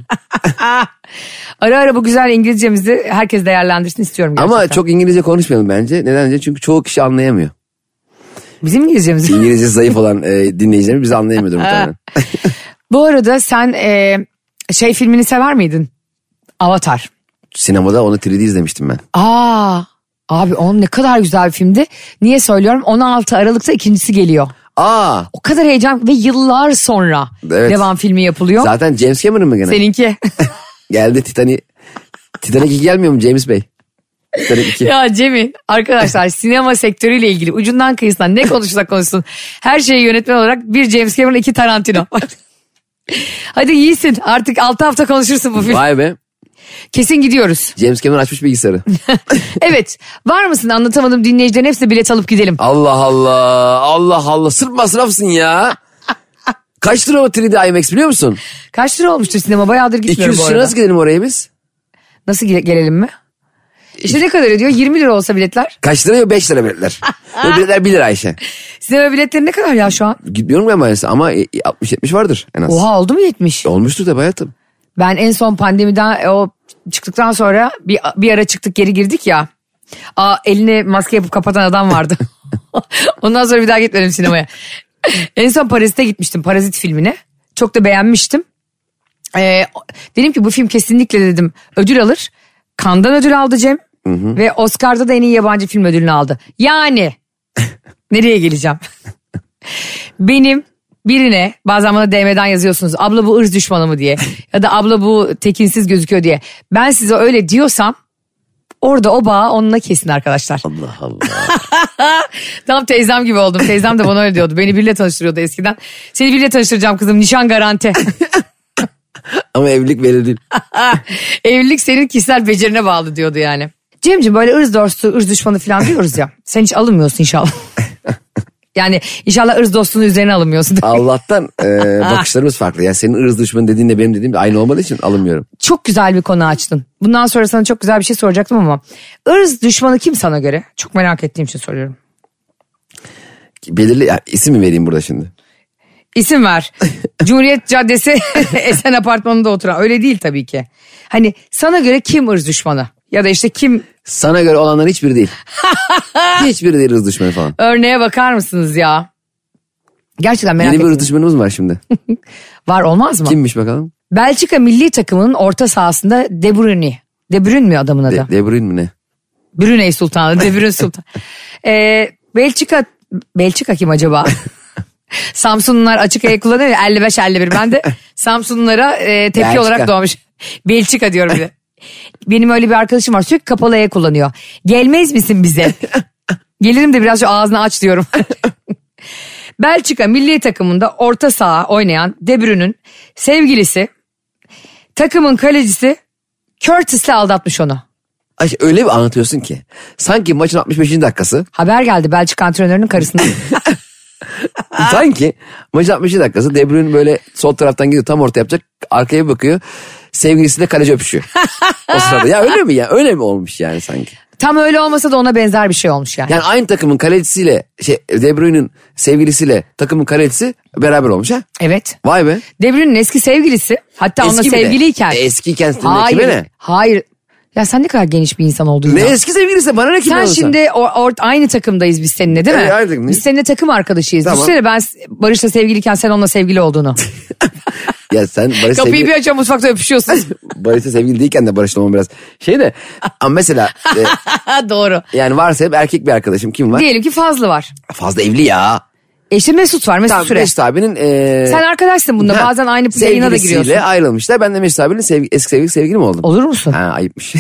Ara ara bu güzel İngilizcemizi herkes değerlendirsin istiyorum gerçekten. Ama çok İngilizce konuşmayalım bence. Neden? Çünkü çoğu kişi anlayamıyor. Bizim İngilizcemiz. İngilizce zayıf olan e, dinleyicilerimiz bizi anlayamıyordur muhtemelen. Bu arada sen e, şey filmini sever miydin? Avatar. Sinemada onu üç D izlemiştim ben. Aa, abi onun ne kadar güzel bir filmdi. Niye söylüyorum? on altı Aralık'ta ikincisi geliyor. Aa. O kadar heyecan ve yıllar sonra evet. devam filmi yapılıyor. Zaten James Cameron mı gene? Seninki. Geldi Titanic. Titanic iki gelmiyor mu James Bey? Titanic iki. Ya Cemil arkadaşlar sinema sektörüyle ilgili ucundan kıyısından ne konuşursak konuşsun. Her şeyi yönetmen olarak bir James Cameron iki Tarantino. Hadi iyisin artık altı hafta konuşursun bu film. Vay be. Kesin gidiyoruz. James Cameron açmış bilgisayarı. Evet. Var mısın anlatamadım dinleyicilerin hepsine bilet alıp gidelim. Allah Allah. Allah Allah. Sırf masrafsın ya. Kaç lira o üç D IMAX biliyor musun? Kaç lira olmuştur sinema? Bayağıdır gitmiyorum bu arada. iki yüz lira nasıl gidelim oraya biz? Nasıl ge- gelelim mi? İşte ne kadar ediyor? yirmi lira olsa biletler. Kaç lira? beş lira biletler. O biletler bir lira Ayşe. Sinema biletleri ne kadar ya şu an? Gitmiyorum ben maalesef ama altmış yetmiş vardır en az. Oha oldu mu yetmiş? Olmuştur tabii hayatım. Ben en son pandemiden o çıktıktan sonra bir, bir ara çıktık geri girdik ya. Aa, eline maske yapıp kapatan adam vardı. Ondan sonra bir daha gitmedim sinemaya. En son Parazit'e gitmiştim, Parazit filmine. Çok da beğenmiştim. Ee, dedim ki bu film kesinlikle dedim ödül alır. Cannes'dan ödül aldı Cem. Hı hı. Ve Oscar'da da en iyi yabancı film ödülünü aldı. Yani nereye geleceğim? Benim birine bazen bana D M'den yazıyorsunuz. Abla bu ırz düşmanı mı diye. Ya da abla bu tekinsiz gözüküyor diye. Ben size öyle diyorsam Orada o bağı onunla kesin arkadaşlar. Allah Allah. Tam teyzem gibi oldum. Teyzem de bana öyle diyordu. Beni biriyle tanıştırıyordu eskiden. Seni biriyle tanıştıracağım kızım. Nişan garanti. Ama evlilik belli değil. Evlilik senin kişisel becerine bağlı diyordu yani. Cemciğim böyle ırz dostu, ırz düşmanı falan diyoruz ya. Sen hiç alınmıyorsun inşallah. Yani inşallah ırz dostluğunun üzerine alınmıyorsun. Allah'tan e, bakışlarımız farklı. Yani senin ırz düşmanı dediğinle benim dediğim de aynı olmadığı için alınmıyorum. Çok güzel bir konu açtın. Bundan sonra sana çok güzel bir şey soracaktım ama ırz düşmanı kim sana göre? Çok merak ettiğim için soruyorum. Belirli ya, isim mi vereyim burada şimdi? İsim ver. Cumhuriyet Caddesi Esen Apartmanı'nda oturan. Öyle değil tabii ki. Hani sana göre kim ırz düşmanı? Ya da işte kim... Sana göre olanların hiçbiri değil. Hiçbiri değil ırz düşmanı falan. Örneğe bakar mısınız ya? Gerçekten merak Yeni ettim. bir ırz düşmanımız var şimdi. Var olmaz mı? Kimmiş bakalım? Belçika milli takımının orta sahasında De Bruyne. De Bruyne mi adamın adı? De, De Bruyne mi ne? Brunei Sultanı. De Bruyne Sultan. ee, Belçika... Belçika kim acaba? Samsunlular açık el kullanıyor ya elli beş elli bir. Ben de Samsunlulara e, tepki Belçika. olarak doğmuş. Belçika diyorum bir de. Benim öyle bir arkadaşım var sürekli kapalı E kullanıyor. Gelmez misin bize? Gelirim de biraz şu ağzını aç diyorum. Belçika milli takımında orta saha oynayan De Bruyne'nin sevgilisi takımın kalecisi Curtis'le aldatmış onu. Ay, öyle bir anlatıyorsun ki. Sanki maçın altmış beşinci dakikası. Haber geldi Belçika antrenörünün karısından. Sanki maçın altmış beşinci dakikası De Bruyne böyle sol taraftan gidiyor tam orta yapacak. Arkaya bakıyor. Sevgilisiyle kaleci öpüşüyor. O sırada ya öyle mi ya? Öyle mi olmuş yani sanki? Tam öyle olmasa da ona benzer bir şey olmuş yani. Yani aynı takımın kalecisiyle şey De Bruyne'nin sevgilisiyle takımın kalecisi beraber olmuş ha? Evet. Vay be. De Bruyne'nin eski sevgilisi hatta onunla Eski mi de? sevgiliyken. E, eskiyken Hayır. kime ne? Hayır. Ya sen ne kadar geniş bir insan oldun Ne ya. eski sevgilisi bana ne kim Sen olursa? şimdi or, or, aynı takımdayız biz seninle değil mi? Evet, aynı takımdayız. Biz seninle takım arkadaşıyız. Tamam. Düşünsene ben Barış'la sevgiliyken sen onunla sevgili olduğunu. Ya sen Barış Kapıyı sevgili... bir açıyor mutfakta öpüşüyorsun. Barış'la sevgili değilken de Barış'la olmam biraz şey de. Ama mesela e, Doğru. yani varsa hep erkek bir arkadaşım kim var? Diyelim ki Fazlı var. Fazla evli ya. E işte Mesut var Mesut Tamam Süre. Mesut abinin... E, Sen arkadaşsın bunda ha, bazen aynı yayına da giriyorsun. sevgilisiyle ayrılmışlar. Ben de Mesut abinin sevgi, eski sevgili sevgilim oldum. Olur musun? Ha ayıpmış.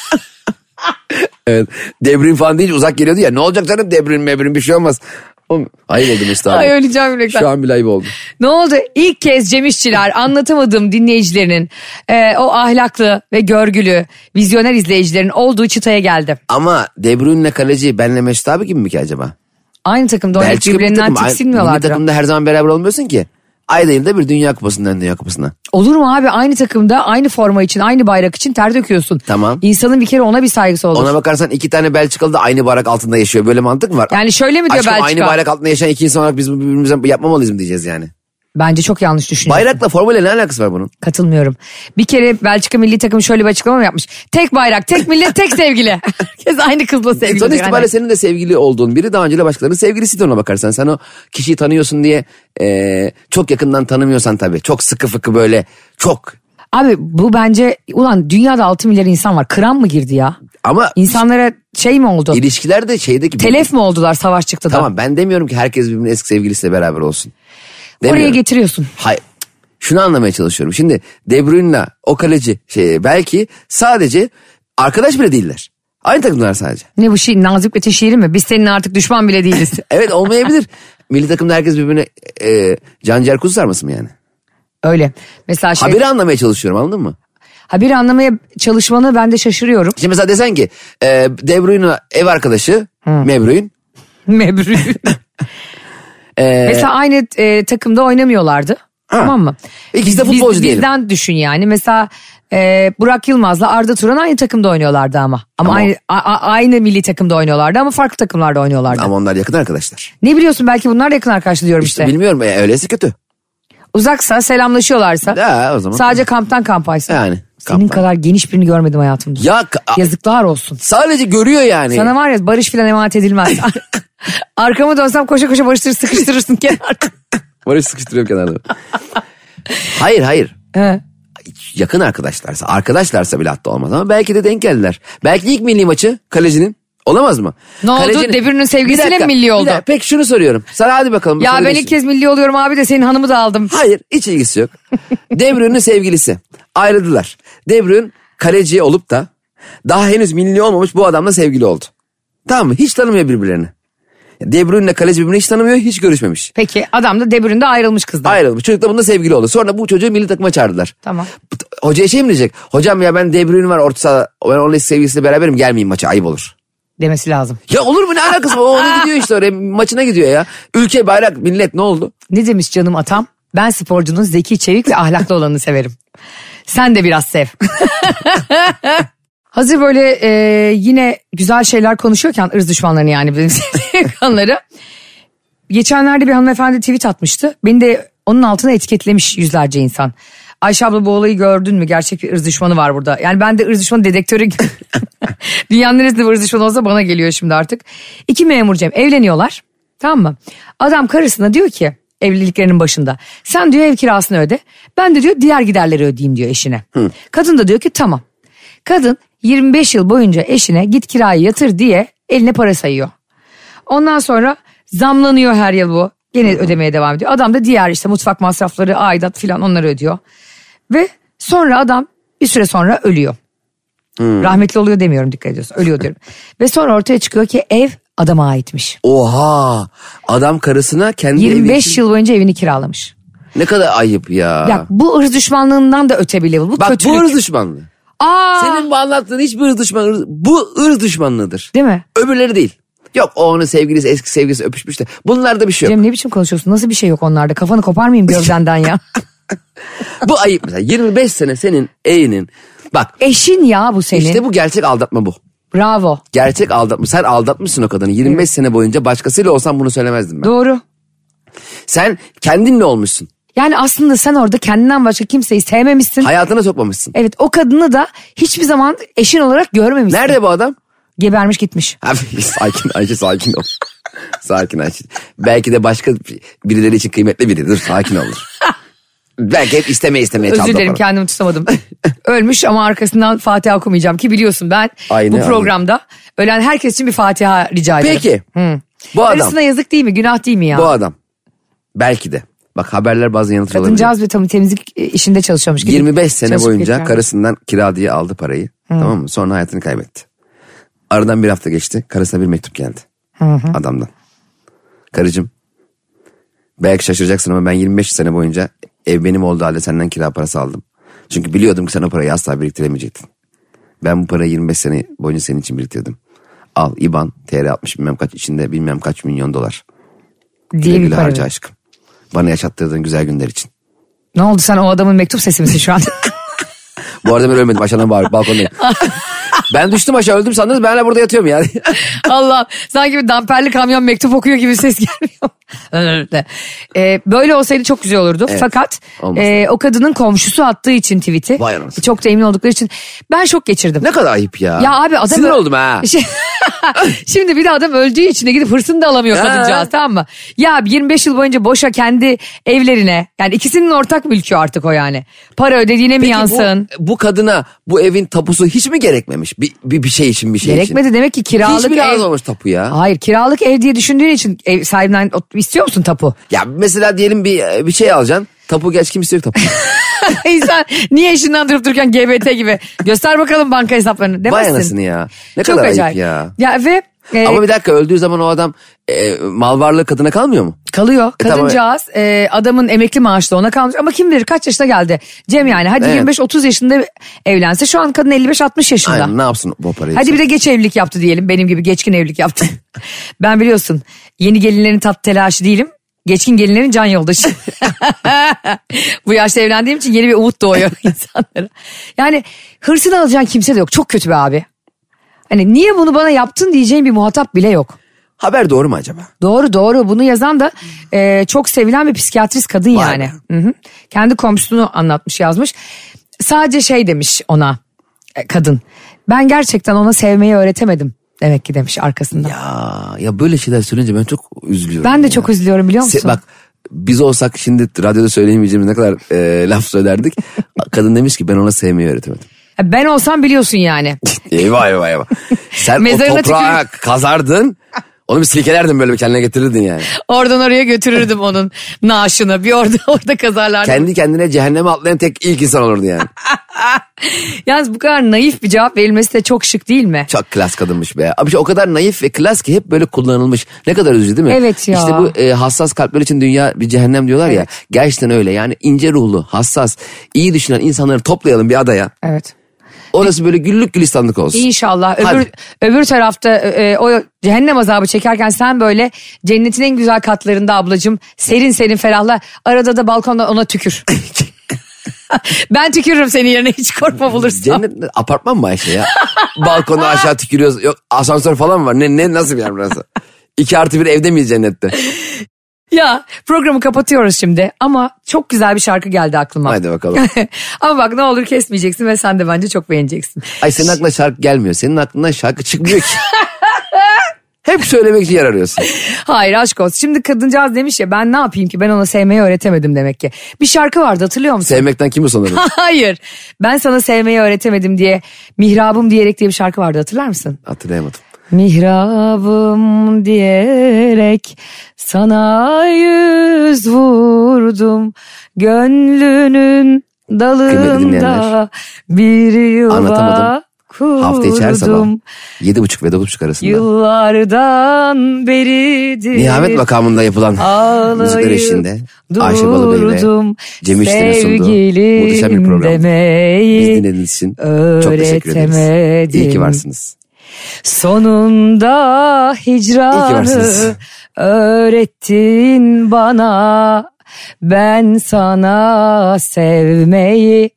Evet. De Bruyne falan deyince uzak geliyordu ya. Ne olacak canım De Bruyne mebrin bir şey olmaz. Oğlum, ayıp oldu Mesut abi. Ay öleceğim yürekten. Şu an bile ayıp oldu. Ne oldu? İlk kez Cem İşçiler anlatamadığım dinleyicilerinin e, o ahlaklı ve görgülü vizyoner izleyicilerin olduğu çıtaya geldi. Ama De Bruyne'le kaleci benle Mesut abi gibi mi ki acaba? Aynı takımda oynayıp Belçika bir birbirlerinden takım. tiksinmiyorlardır. Milli takımda her zaman beraber olmuyorsun ki. Ayda yılda bir Dünya Kupası'ndan Dünya Kupası'na. Olur mu abi aynı takımda aynı forma için aynı bayrak için ter döküyorsun. Tamam. İnsanın bir kere ona bir saygısı olur. Ona bakarsan iki tane Belçikalı da aynı bayrak altında yaşıyor. Böyle mantık mı var? Yani şöyle mi diyor Aşkım, Belçika? aynı bayrak altında yaşayan iki insan olarak biz birbirimize yapmamalıyız mı diyeceğiz yani? Bence çok yanlış düşünüyorsun. Bayrakla formuyla ne alakası var bunun? Katılmıyorum. Bir kere Belçika milli takımı şöyle bir açıklama mı yapmış? Tek bayrak, tek millet, tek sevgili. Herkes aynı kızla sevgili. Sonuç Yani. itibariyle senin de sevgili olduğun biri daha önce de başkalarının sevgilisiydi ona bakarsan. Sen o kişiyi tanıyorsun diye e, çok yakından tanımıyorsan tabii. Çok sıkı fıkı böyle çok. Abi bu bence ulan dünyada altı milyar insan var. Kıran mı girdi ya? Ama İnsanlara şey mi oldu? ilişkilerde şeydeki... Telef mi oldular savaş çıktı da? Tamam ben demiyorum ki herkes birbirinin eski sevgilisiyle beraber olsun. Oraya Demiyorum. getiriyorsun. Hayır. Şunu anlamaya çalışıyorum. Şimdi De Bruyne'la o kaleci şey, belki sadece arkadaş bile değiller. Aynı takımlar sadece. Ne bu şey Nazik Öte şiiri mi? Biz seninle artık düşman bile değiliz. Evet olmayabilir. Milli takımda herkes birbirine e, canciğer kuzu sarması mı yani? Öyle. Mesela şey... Haberi anlamaya çalışıyorum anladın mı? Haberi anlamaya çalışmanı ben de şaşırıyorum. Şimdi mesela desen ki e, De Bruyne ev arkadaşı Mebruyne. Mebruyne. E, Mesela aynı e, takımda oynamıyorlardı. Ha. Tamam mı? İkisi de Biz- futbolcu biz, diyelim. Bizden düşün yani. Mesela e, Burak Yılmaz'la Arda Turan aynı takımda oynuyorlardı ama. Ama, Ama- aynı a- a- aynı milli takımda oynuyorlardı ama farklı takımlarda oynuyorlardı. Ama onlar yakın arkadaşlar. Ne biliyorsun belki bunlar da yakın arkadaşlı diyorum İşte işte. bilmiyorum e, öyleyse kötü. Uzaksa selamlaşıyorlarsa. Ya o zaman. Sadece kamptan kampaysa. Yani, Senin kamptan. kadar geniş birini görmedim hayatımda. Ya ka- Yazıklar olsun. sadece görüyor yani. Sana var ya Barış filan emanet edilmez. Arkamı dönsem koşa koşa barıştırır sıkıştırırsın kenarda. Barış sıkıştırıyorum kenarda. Hayır hayır. He. Yakın arkadaşlarsa, arkadaşlarsa bile hatta olmaz ama belki de denk geldiler. Belki ilk milli maçı kalecinin olamaz mı? Ne oldu? Kalecinin- De Bruyne'nin sevgilisiyle Bir dakika, mi milli bir oldu? dakika. Peki şunu soruyorum. Sana hadi bakalım. bu Ya soru ben geçsin. ilk kez milli oluyorum abi de senin hanımı da aldım. Hayır hiç ilgisi yok. De Bruyne'nin sevgilisi. Ayrıldılar. De Bruyne kaleci olup da Daha henüz milli olmamış bu adamla sevgili oldu. Tamam mı? Hiç tanımıyor birbirlerini. De Bruyne'le kaleci birbirini hiç tanımıyor, hiç görüşmemiş. Peki adam da De Bruyne'de ayrılmış kızdan. Ayrılmış. Çocuk da bununla sevgili oldu. Sonra bu çocuğu milli takıma çağırdılar. Tamam. Hocaya şey mi diyecek? Hocam ya ben De Bruyne var orta sahada. Ben onunla sevgilisiyle beraberim, gelmeyeyim maça, ayıp olur. Demesi lazım. Ya olur mu, ne alakası var? O ona gidiyor işte oraya, maçına gidiyor ya. Ülke, bayrak, millet, ne oldu? Ne demiş canım atam? Ben sporcunun zeki, çevik ve ahlaklı olanını severim. Sen de biraz sev. Hazır böyle e, yine güzel şeyler konuşuyorken ırz düşmanlarını, yani bizim kanları. Geçenlerde bir hanımefendi tweet atmıştı. Beni de onun altına etiketlemiş yüzlerce insan. Ayşe abla bu olayı gördün mü? Gerçek bir ırz düşmanı var burada. Yani ben de ırz düşmanı dedektörü dünyanın neresinde bir ırz düşmanı olsa bana geliyor şimdi artık. İki memur Cem evleniyorlar. Tamam mı? Adam karısına diyor ki evliliklerinin başında. Sen diyor ev kirasını öde. Ben de diyor diğer giderleri ödeyeyim diyor eşine. Hı. Kadın da diyor ki tamam. Kadın yirmi beş yıl boyunca eşine git kirayı yatır diye eline para sayıyor. Ondan sonra zamlanıyor her yıl bu. Gene ödemeye devam ediyor. Adam da diğer işte mutfak masrafları, aidat filan onları ödüyor. Ve sonra adam bir süre sonra ölüyor. Hmm. Rahmetli oluyor demiyorum, dikkat ediyorsun. Ölüyor diyorum. Ve sonra ortaya çıkıyor ki ev adama aitmiş. Oha! Adam karısına kendi yirmi beş evi... yıl boyunca evini kiralamış. Ne kadar ayıp ya. Ya bu ırz düşmanlığından da öte bir level. Bu Bak kötülük. bu ırz düşmanlığı. Aa! Senin bu anlattığın hiçbir ırz düşmanlığı. Bu ırz düşmanlığıdır. Değil mi? Öbürleri değil. Yok o onun sevgilisi, eski sevgilisi öpüşmüş de. Bunlarda bir şey yok. Cem ne biçim konuşuyorsun? Nasıl bir şey yok onlarda? Kafanı koparmayayım gövdenden ya. Bu ayıp mesela. yirmi beş sene senin evinin. Bak. Eşin ya bu senin. İşte bu gerçek aldatma bu. Bravo. Gerçek aldatma. Sen aldatmışsın o kadını. yirmi beş evet. sene boyunca başkasıyla olsan bunu söylemezdim ben. Doğru. Sen kendinle olmuşsun. Yani aslında sen orada kendinden başka kimseyi sevmemişsin. Hayatına sokmamışsın. Evet, o kadını da hiçbir zaman eşin olarak görmemişsin. Nerede bu adam? Gebermiş gitmiş. Abi sakin Ayşe, sakin ol. Sakin Ayşe. Belki de başka birileri için kıymetli biri. Dur sakin olur. Belki hep istemeye istemeye çaldı. Özür dilerim, kendimi tutamadım. Ölmüş ama arkasından Fatiha okumayacağım ki biliyorsun ben Aynen, bu programda aynen. Ölen herkes için bir Fatiha rica ederim. Peki. Hı. Bu adam. Arasına yazık değil mi? Günah değil mi ya? Bu adam. Belki de. Bak haberler bazen yanıltıyor olabilir. Kadıncağız ve tam temizlik işinde çalışıyormuş. yirmi beş sene boyunca getiriyor. Karısından kira diye aldı parayı. Hı. Tamam mı? Sonra hayatını kaybetti. Aradan bir hafta geçti. Karısına bir mektup geldi. Hı hı. Adamdan. Karıcığım, belki şaşıracaksın ama ben yirmi beş sene boyunca ev benim olduğu halde senden kira parası aldım. Çünkü biliyordum ki sen o parayı asla biriktiremeyecektin. Ben bu parayı yirmi beş sene boyunca senin için biriktirdim. Al İban, T R altmış bilmem kaç, içinde bilmem kaç milyon dolar. Diye bir para. Harca aşkım. Bana yaşattırdığın güzel günler için. Ne oldu, sen o adamın mektup sesi misin şu an? Bu arada ben ölmedim, aşağıdan bağırıp balkondayım. Ben düştüm aşağı, öldüm sandınız, ben hala burada yatıyorum yani. Allah, sanki bir damperli kamyon mektup okuyor gibi ses gelmiyor. ee, böyle olsaydı çok güzel olurdu. Evet, fakat e, o kadının komşusu attığı için tweet'i çok da emin oldukları için ben şok geçirdim. Ne kadar ayıp ya. Ya abi adam sinir oldum ha. Şimdi bir de adam öldüğü için de gidip hırsını da alamıyor kadıncağız, tamam mı? Ya yirmi beş yıl boyunca boşa kendi evlerine, yani ikisinin ortak mülkü artık o yani. Para ödediğine mi Peki yansın? Bu, bu kadına bu evin tapusu hiç mi gerekmemiş? Bir, bir, bir şey için bir şey Gerekmedi, için. Gerekmedi demek ki kiralık hiç mi ev. Hiç mi olmuş tapu ya? Hayır, kiralık ev diye düşündüğün için ev sahibinden istiyor musun tapu? Ya mesela diyelim bir bir şey alacaksın. Tapu geç, kim istiyor tapu? İnsan niye eşinden durup dururken G B T gibi göster bakalım banka hesaplarını demezsin. Vay anasını ya. Ne çok kadar acayip. Ayıp ya. Ya ve e, ama bir dakika, öldüğü zaman o adam e, mal varlığı kadına kalmıyor mu? Kalıyor. Kadıncağız e, e, adamın emekli maaşı da ona kalmış ama kim bilir kaç yaşına geldi Cem, yani hadi evet. yirmi beş otuz yaşında evlense şu an kadın elli beş altmış yaşında. Aynen, ne yapsın bu parayı? Hadi bir de geç evlilik yaptı diyelim, benim gibi geçkin evlilik yaptı. Ben biliyorsun yeni gelinlerin tat telaşı değilim. Geçkin gelinlerin can yoldaşı. Bu yaşta evlendiğim için yeni bir umut doğuyor insanlara. Yani hırsını alacağın kimse de yok. Çok kötü be abi. Hani niye bunu bana yaptın diyeceğin bir muhatap bile yok. Haber doğru mu acaba? Doğru doğru. Bunu yazan da e, çok sevilen bir psikiyatrist kadın. Vay yani. Hı hı. Kendi komşusunu anlatmış, yazmış. Sadece şey demiş ona e, kadın. Ben gerçekten ona sevmeyi öğretemedim. Demek ki demiş arkasında. Ya ya böyle şeyler söyleyince ben çok üzülüyorum. Ben de ya. çok üzülüyorum, biliyor musun? Se, bak biz olsak şimdi radyoda söyleyemeyeceğimiz ne kadar e, laf söylerdik. Kadın demiş ki ben ona sevmeyi öğretemedim. Ben olsam biliyorsun yani. Eyvah eyvah eyvah. Sen o toprağı tükür... kazardın. Onu bir silkelerdin böyle bir kendine getirirdin yani. Oradan oraya götürürdüm onun naaşını. Bir orada orada kazarlardım. Kendi kendine cehenneme atlayan tek ilk insan olurdu yani. Yalnız bu kadar naif bir cevap verilmesi de çok şık değil mi? Çok klas kadınmış be. Abi o kadar naif ve klas ki hep böyle kullanılmış. Ne kadar üzücü değil mi? Evet ya. İşte bu e, hassas kalpler için dünya bir cehennem diyorlar Evet. ya. Gerçekten öyle yani ince ruhlu, hassas, iyi düşünen insanları toplayalım bir adaya. Evet. Orası böyle güllük gülistanlık olsun. İnşallah. Hadi. Öbür, öbür tarafta e, o cehennem azabı çekerken sen böyle cennetin en güzel katlarında ablacığım serin serin ferahla, arada da balkonda ona tükür. Ben tükürürüm senin yerine, hiç korkma bulursam. Cennet apartman mı Ayşe ya? Balkona aşağı tükürüyoruz. Yok asansör falan mı var? Ne, ne nasıl bir yer burası? İki artı bir evde miyiz cennette? Ya programı kapatıyoruz şimdi ama çok güzel bir şarkı geldi aklıma. Hadi bakalım. Ama bak ne olur kesmeyeceksin ve sen de bence çok beğeneceksin. Ay senin aklına şarkı gelmiyor. Senin aklından şarkı çıkmıyor ki. Hep söylemek için yer arıyorsun. Hayır aşk olsun. Şimdi kadıncağız demiş ya, ben ne yapayım ki, ben ona sevmeyi öğretemedim demek ki. Bir şarkı vardı, hatırlıyor musun? Sevmekten kim usanır? Hayır, ben sana sevmeyi öğretemedim diye Mihrabım diyerek diye bir şarkı vardı, hatırlar mısın? Hatırlayamadım. Mihrabım diyerek sana yüz vurdum, gönlünün dalında bir yuva Anlatamadım. kurdum. Hafta içi her sabah yedi buçuk ve dokuz buçuk arasında. Yıllardan beridir Nihamet makamında yapılan müzikler eşliğinde Ayşe Balıbey ve Cem İşler'in sunduğu muhteşem bir program. Biz dinlediğiniz için çok teşekkür ederiz. İyi ki varsınız. Sonunda hicranı öğrettin bana, ben sana sevmeyi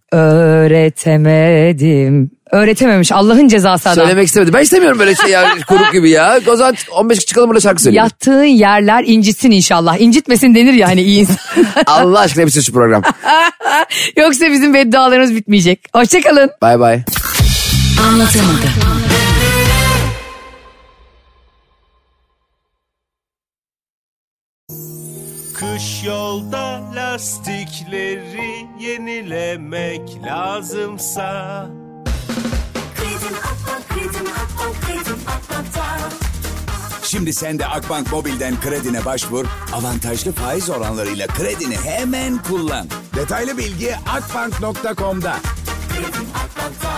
öğretemedim. Öğretememiş, Allah'ın cezası adam. Söylemek istemedi. Ben istemiyorum böyle şey ya, kuruk gibi ya. O zaman on beş çıkalım burada şarkı söyleyelim. Yattığın yerler incitsin inşallah. İncitmesin denir ya hani iyi insan. Allah aşkına bir şu program. Yoksa bizim beddualarımız bitmeyecek. Hoşçakalın. Bay bay. Anlatamadım. Kış yolda lastikleri yenilemek lazımsa Kredim Akbank, kredim Akbank, kredim Akbank'ta. Şimdi sen de Akbank Mobil'den kredine başvur. Avantajlı faiz oranlarıyla kredini hemen kullan. Detaylı bilgi akbank nokta com'da. Kredim Akbank'ta.